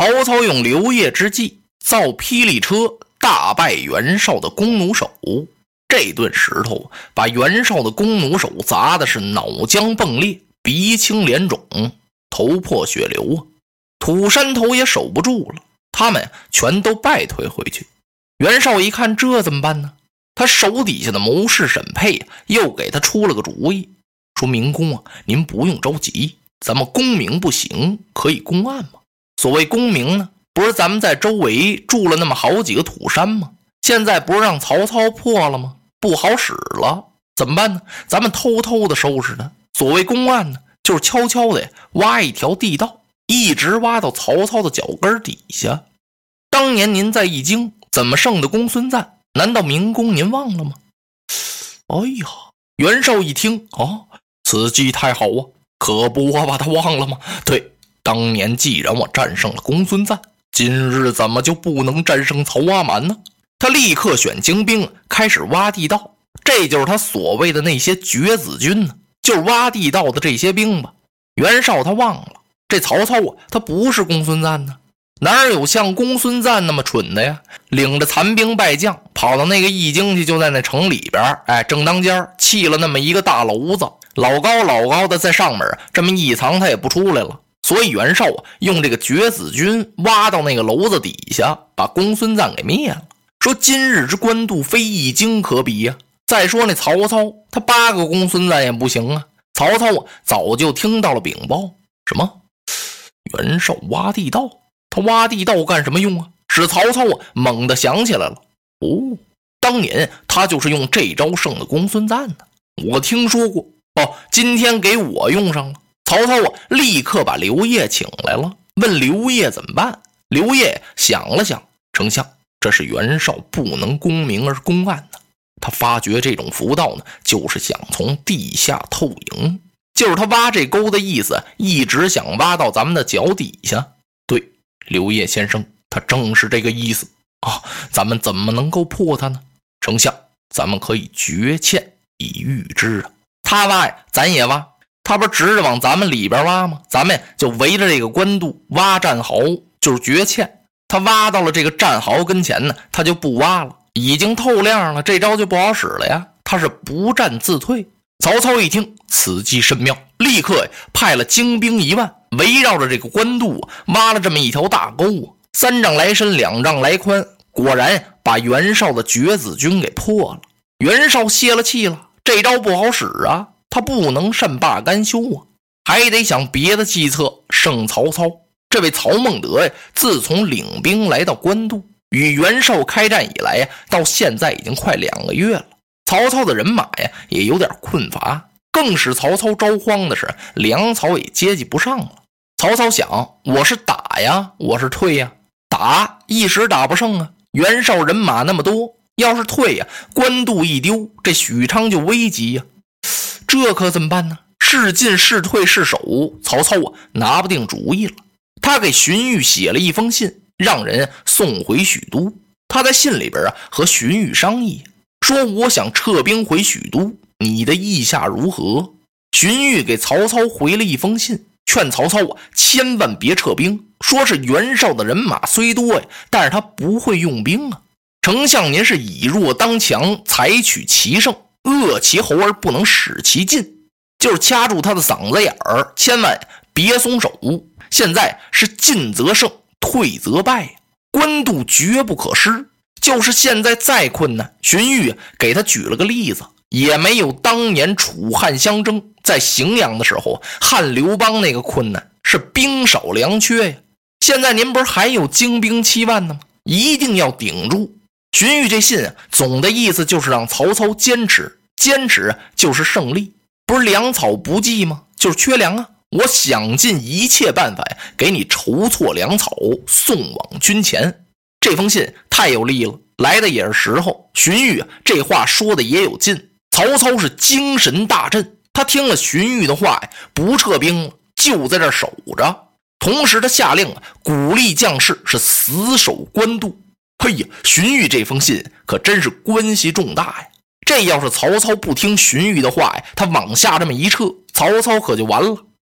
曹操用刘烨之计造霹雳车，大败袁绍的弓弩手。这顿石头把袁绍的弓弩手砸的是脑浆迸裂，鼻青脸肿，头破血流啊！土山头也守不住了，他们全都败退回去。袁绍一看这怎么办呢？他手底下的谋士沈佩又给他出了个主意，说明公啊，您不用着急，咱们功名不行，可以公案嘛。所谓功名呢，不是咱们在周围筑了那么好几个土山吗？现在不是让曹操破了吗？不好使了，怎么办呢？咱们偷偷的收拾他。所谓公案呢，就是悄悄的挖一条地道，一直挖到曹操的脚跟底下。当年您在易经怎么胜的公孙瓒，难道明公您忘了吗？哎呀，袁绍一听，此计太好啊，可不我把他忘了吗？对，当年既然我战胜了公孙瓒，今日怎么就不能战胜曹阿瞒呢？他立刻选精兵开始挖地道，这就是他所谓的那些绝子军呢，就是挖地道的这些兵吧。袁绍他忘了，这曹操啊，他不是公孙瓒呢，哪有像公孙瓒那么蠢的呀？领着残兵败将跑到那个易经去，就在那城里边，正当间砌了那么一个大楼子，老高的在上面这么一藏，他也不出来了。所以袁绍啊，用这个绝子军挖到那个楼子底下，把公孙瓒给灭了。说今日之官渡非易经可比呀。再说那曹操，他8个公孙瓒也不行啊。曹操啊，早就听到了禀报，什么袁绍挖地道，他挖地道干什么用啊？使曹操啊猛地想起来了，当年他就是用这招胜的公孙瓒呢，我听说过。今天给我用上了。曹操啊，立刻把刘烨请来了，问刘烨怎么办。刘烨想了想，丞相，这是袁绍不能功名而公案的，他发掘这种符道呢，就是想从地下透营，就是他挖这沟的意思，一直想挖到咱们的脚底下。对，刘烨先生，他正是这个意思啊。咱们怎么能够破他呢？丞相，咱们可以决堑以御之啊。他挖呀，咱也挖，他不是直着往咱们里边挖吗？咱们就围着这个官渡挖战壕，就是决堑。他挖到了这个战壕跟前呢，他就不挖了，已经透亮了，这招就不好使了呀。他是不战自退。曹操一听此计甚妙，立刻派了精兵1万，围绕着这个官渡挖了这么一条大沟，3丈来深，2丈来宽，果然把袁绍的绝子军给破了。袁绍泄了气了，这招不好使啊，他不能善罢甘休啊，还得想别的计策胜曹操。这位曹孟德呀，自从领兵来到官渡，与袁绍开战以来到现在已经快2个月了。曹操的人马呀，也有点困乏，更使曹操着慌的是，粮草也接济不上了。曹操想，我是打呀，我是退呀？打一时打不胜啊，袁绍人马那么多，要是退呀，官渡一丢，这许昌就危急呀。这可怎么办呢？是进是退是守，曹操啊拿不定主意了。他给荀彧写了一封信，让人送回许都。他在信里边和荀彧商议，说我想撤兵回许都，你的意下如何？荀彧给曹操回了一封信，劝曹操千万别撤兵，说是袁绍的人马虽多呀，但是他不会用兵啊。丞相您是以弱当强，采取其胜，扼其喉而不能使其进，就是掐住他的嗓子眼儿，千万别松手。现在是进则胜，退则败，官渡绝不可失。就是现在再困难，荀彧给他举了个例子，也没有当年楚汉相争，在荥阳的时候，汉刘邦那个困难是兵少粮缺呀。现在您不是还有精兵7万呢吗？一定要顶住。荀彧这信总的意思就是让曹操坚持，坚持就是胜利。不是粮草不济吗？就是缺粮啊。我想尽一切办法给你筹措粮草，送往军前。这封信太有力了，来的也是时候。荀彧这话说的也有劲，曹操是精神大振。他听了荀彧的话不撤兵了，就在这守着。同时他下令鼓励将士是死守官渡。嘿呀，荀彧这封信可真是关系重大呀。这要是曹操不听荀彧的话他往下这么一撤，曹操可就完了。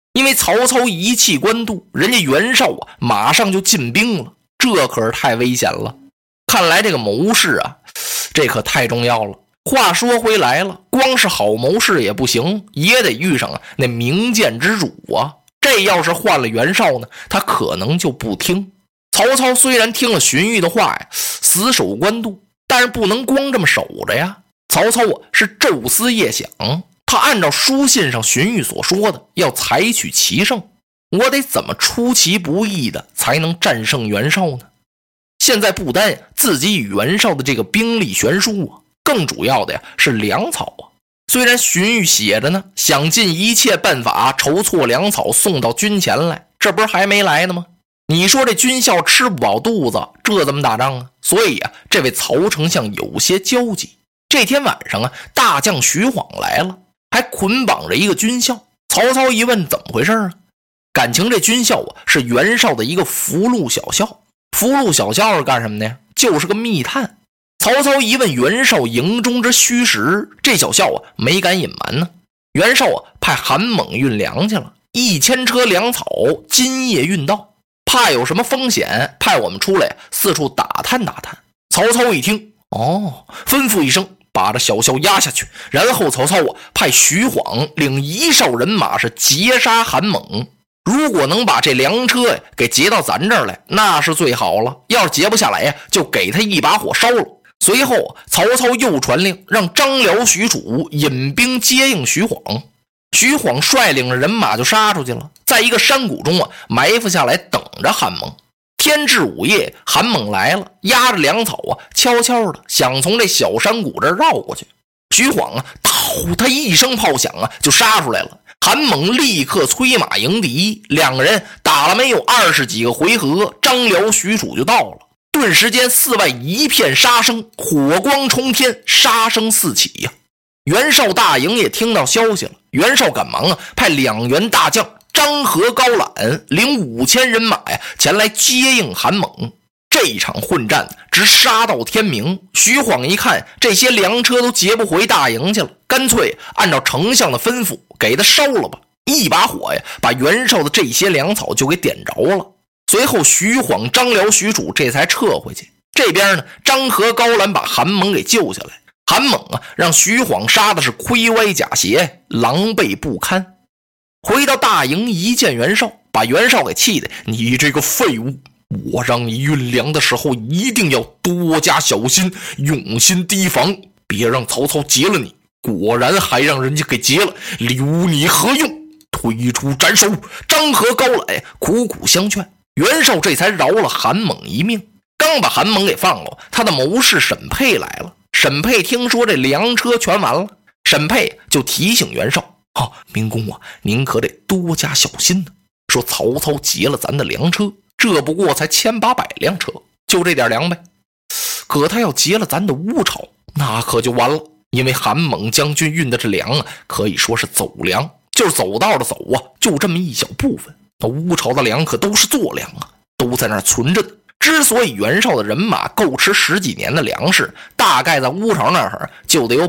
因为曹操一气官渡，人家袁绍啊马上就进兵了，这可是太危险了。看来这个谋士啊，这可太重要了。话说回来了，光是好谋士也不行，也得遇上那明鉴之主啊。这要是换了袁绍呢，他可能就不听。曹操虽然听了荀彧的话呀，死守官渡，但是不能光这么守着呀。曹操啊是昼思夜想，他按照书信上荀彧所说的，要采取奇胜。我得怎么出其不意的才能战胜袁绍呢？现在不单自己与袁绍的这个兵力悬殊啊，更主要的呀是粮草啊。虽然荀彧写着呢，想尽一切办法筹措粮草送到军前来，这不是还没来呢吗？你说这军校吃不饱肚子，这怎么打仗啊？所以啊，这位曹丞相有些焦急。这天晚上啊，大将徐晃来了，还捆绑着一个军校。曹操一问怎么回事啊？感情这军校啊是袁绍的一个俘虏小校。俘虏小校是干什么的呀？就是个密探。曹操一问袁绍营中之虚实，这小校啊没敢隐瞒呢。袁绍啊派韩猛运粮去了，1000车粮草今夜运到，怕有什么风险，派我们出来四处打探打探。曹操一听，吩咐一声，把这小校压下去。然后曹操啊派徐晃领1哨人马是截杀韩猛。如果能把这粮车给截到咱这儿来，那是最好了。要是截不下来呀，就给他一把火烧了。随后曹操又传令，让张辽、许褚引兵接应徐晃。徐晃率领着人马就杀出去了，在一个山谷中啊埋伏下来，等着韩猛。天至午夜，韩猛来了，压着粮草啊，悄悄的想从这小山谷这儿绕过去。徐晃啊，他一声炮响啊，就杀出来了。韩猛立刻催马迎敌，两个人打了没有20几个回合，张辽、许褚就到了。顿时间四外一片杀声，火光冲天，杀声四起呀。袁绍大营也听到消息了，袁绍赶忙啊派2员大将张合、高览领5000人马呀前来接应韩猛。这一场混战直杀到天明。徐晃一看这些粮车都劫不回大营去了，干脆按照丞相的吩咐给他烧了吧。一把火呀把袁绍的这些粮草就给点着了。随后徐晃、张辽、许褚这才撤回去。这边呢，张合、高览把韩猛给救下来。韩猛啊让徐晃杀的是盔歪甲斜，狼狈不堪。回到大营一见袁绍，把袁绍给气的，你这个废物，我让你运粮的时候一定要多加小心，用心提防，别让曹操劫了你。果然还让人家给劫了，留你何用？推出斩首！张合、高览苦苦相劝，袁绍这才饶了韩猛一命。刚把韩猛给放了，他的谋士沈佩来了。沈佩听说这粮车全完了，沈佩就提醒袁绍，明公啊，您可得多加小心呢。说曹操劫了咱的粮车，这不过才1800辆车，就这点粮呗。可他要劫了咱的乌巢，那可就完了。因为韩猛将军运的这粮啊，可以说是走粮，就是走道的走啊，就这么一小部分。那乌巢的粮可都是做粮啊，都在那儿存着呢。之所以袁绍的人马够吃10几年的粮食，大概在乌巢那儿就得有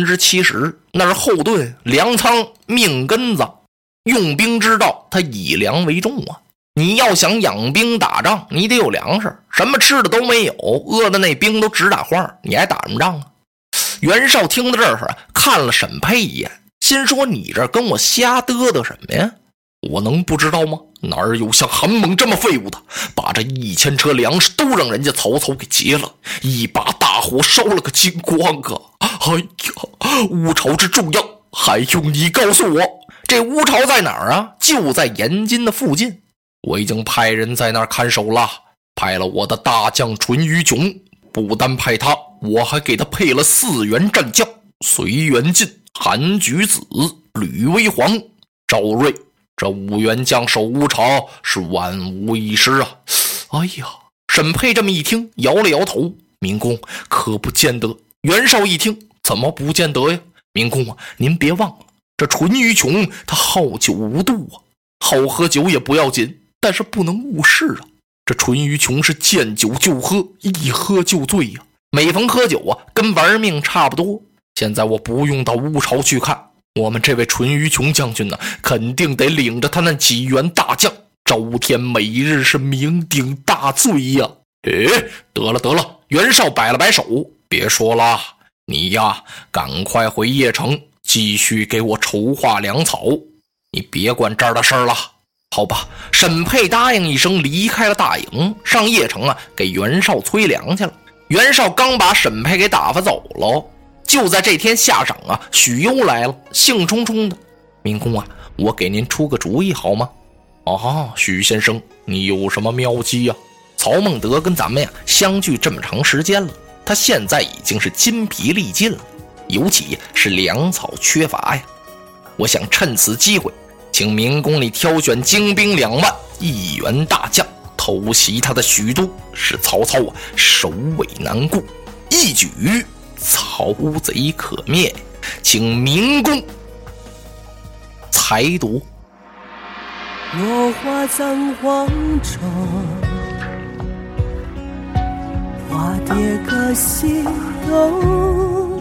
70%，那是后盾、粮仓、命根子。用兵之道，他以粮为重啊。你要想养兵打仗，你得有粮食，什么吃的都没有，饿的那兵都直打晃，你还打什么仗啊？袁绍听到这儿看了沈佩一眼，心说你这跟我瞎嘚嘚什么呀？我能不知道吗？哪儿有像韩猛这么废物的，把这1000车粮食都让人家曹操给劫了，一把大火烧了个精光啊！哎呀，乌巢之重要，还用你告诉我？这乌巢在哪儿啊？就在延津的附近。我已经派人在那儿看守了，派了我的大将淳于琼，不单派他，我还给他配了4员战将：隋元进、韩举子、吕威煌、赵睿。这5员将守乌巢是万无一失啊！哎呀，沈佩这么一听，摇了摇头，明公可不见得。袁绍一听，怎么不见得呀？明公啊，您别忘了，这淳于琼他好酒无度啊，好喝酒也不要紧，但是不能误事啊。这淳于琼是见酒就喝，一喝就醉呀，每逢喝酒啊，跟玩命差不多。现在我不用到乌巢去看， 我们这位淳于琼将军呢，肯定得领着他那几员大将，朝天每日是酩酊大醉呀。得了，袁绍摆了摆手，别说了，你呀，赶快回邺城，继续给我筹划粮草，你别管这儿的事儿了。好吧，沈佩答应一声，离开了大营，上邺城啊，给袁绍催粮去了。袁绍刚把沈佩给打发走了，就在这天下晌啊，许攸来了，兴冲冲的：“明公啊，我给您出个主意好吗？”“哦，许先生，你有什么妙计呀？”曹孟德跟咱们呀相聚这么长时间了，他现在已经是筋疲力尽了，尤其是粮草缺乏呀。我想趁此机会，请明公你挑选精兵2万，1员大将，偷袭他的许都，使曹操啊首尾难顾，一举曹贼可灭，请明公裁夺。 落花葬黄冢，花蝶各西东。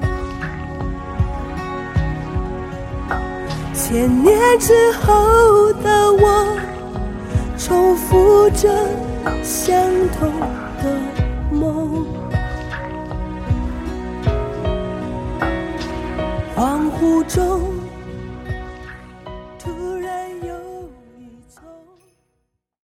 千年之后的我，重复着相同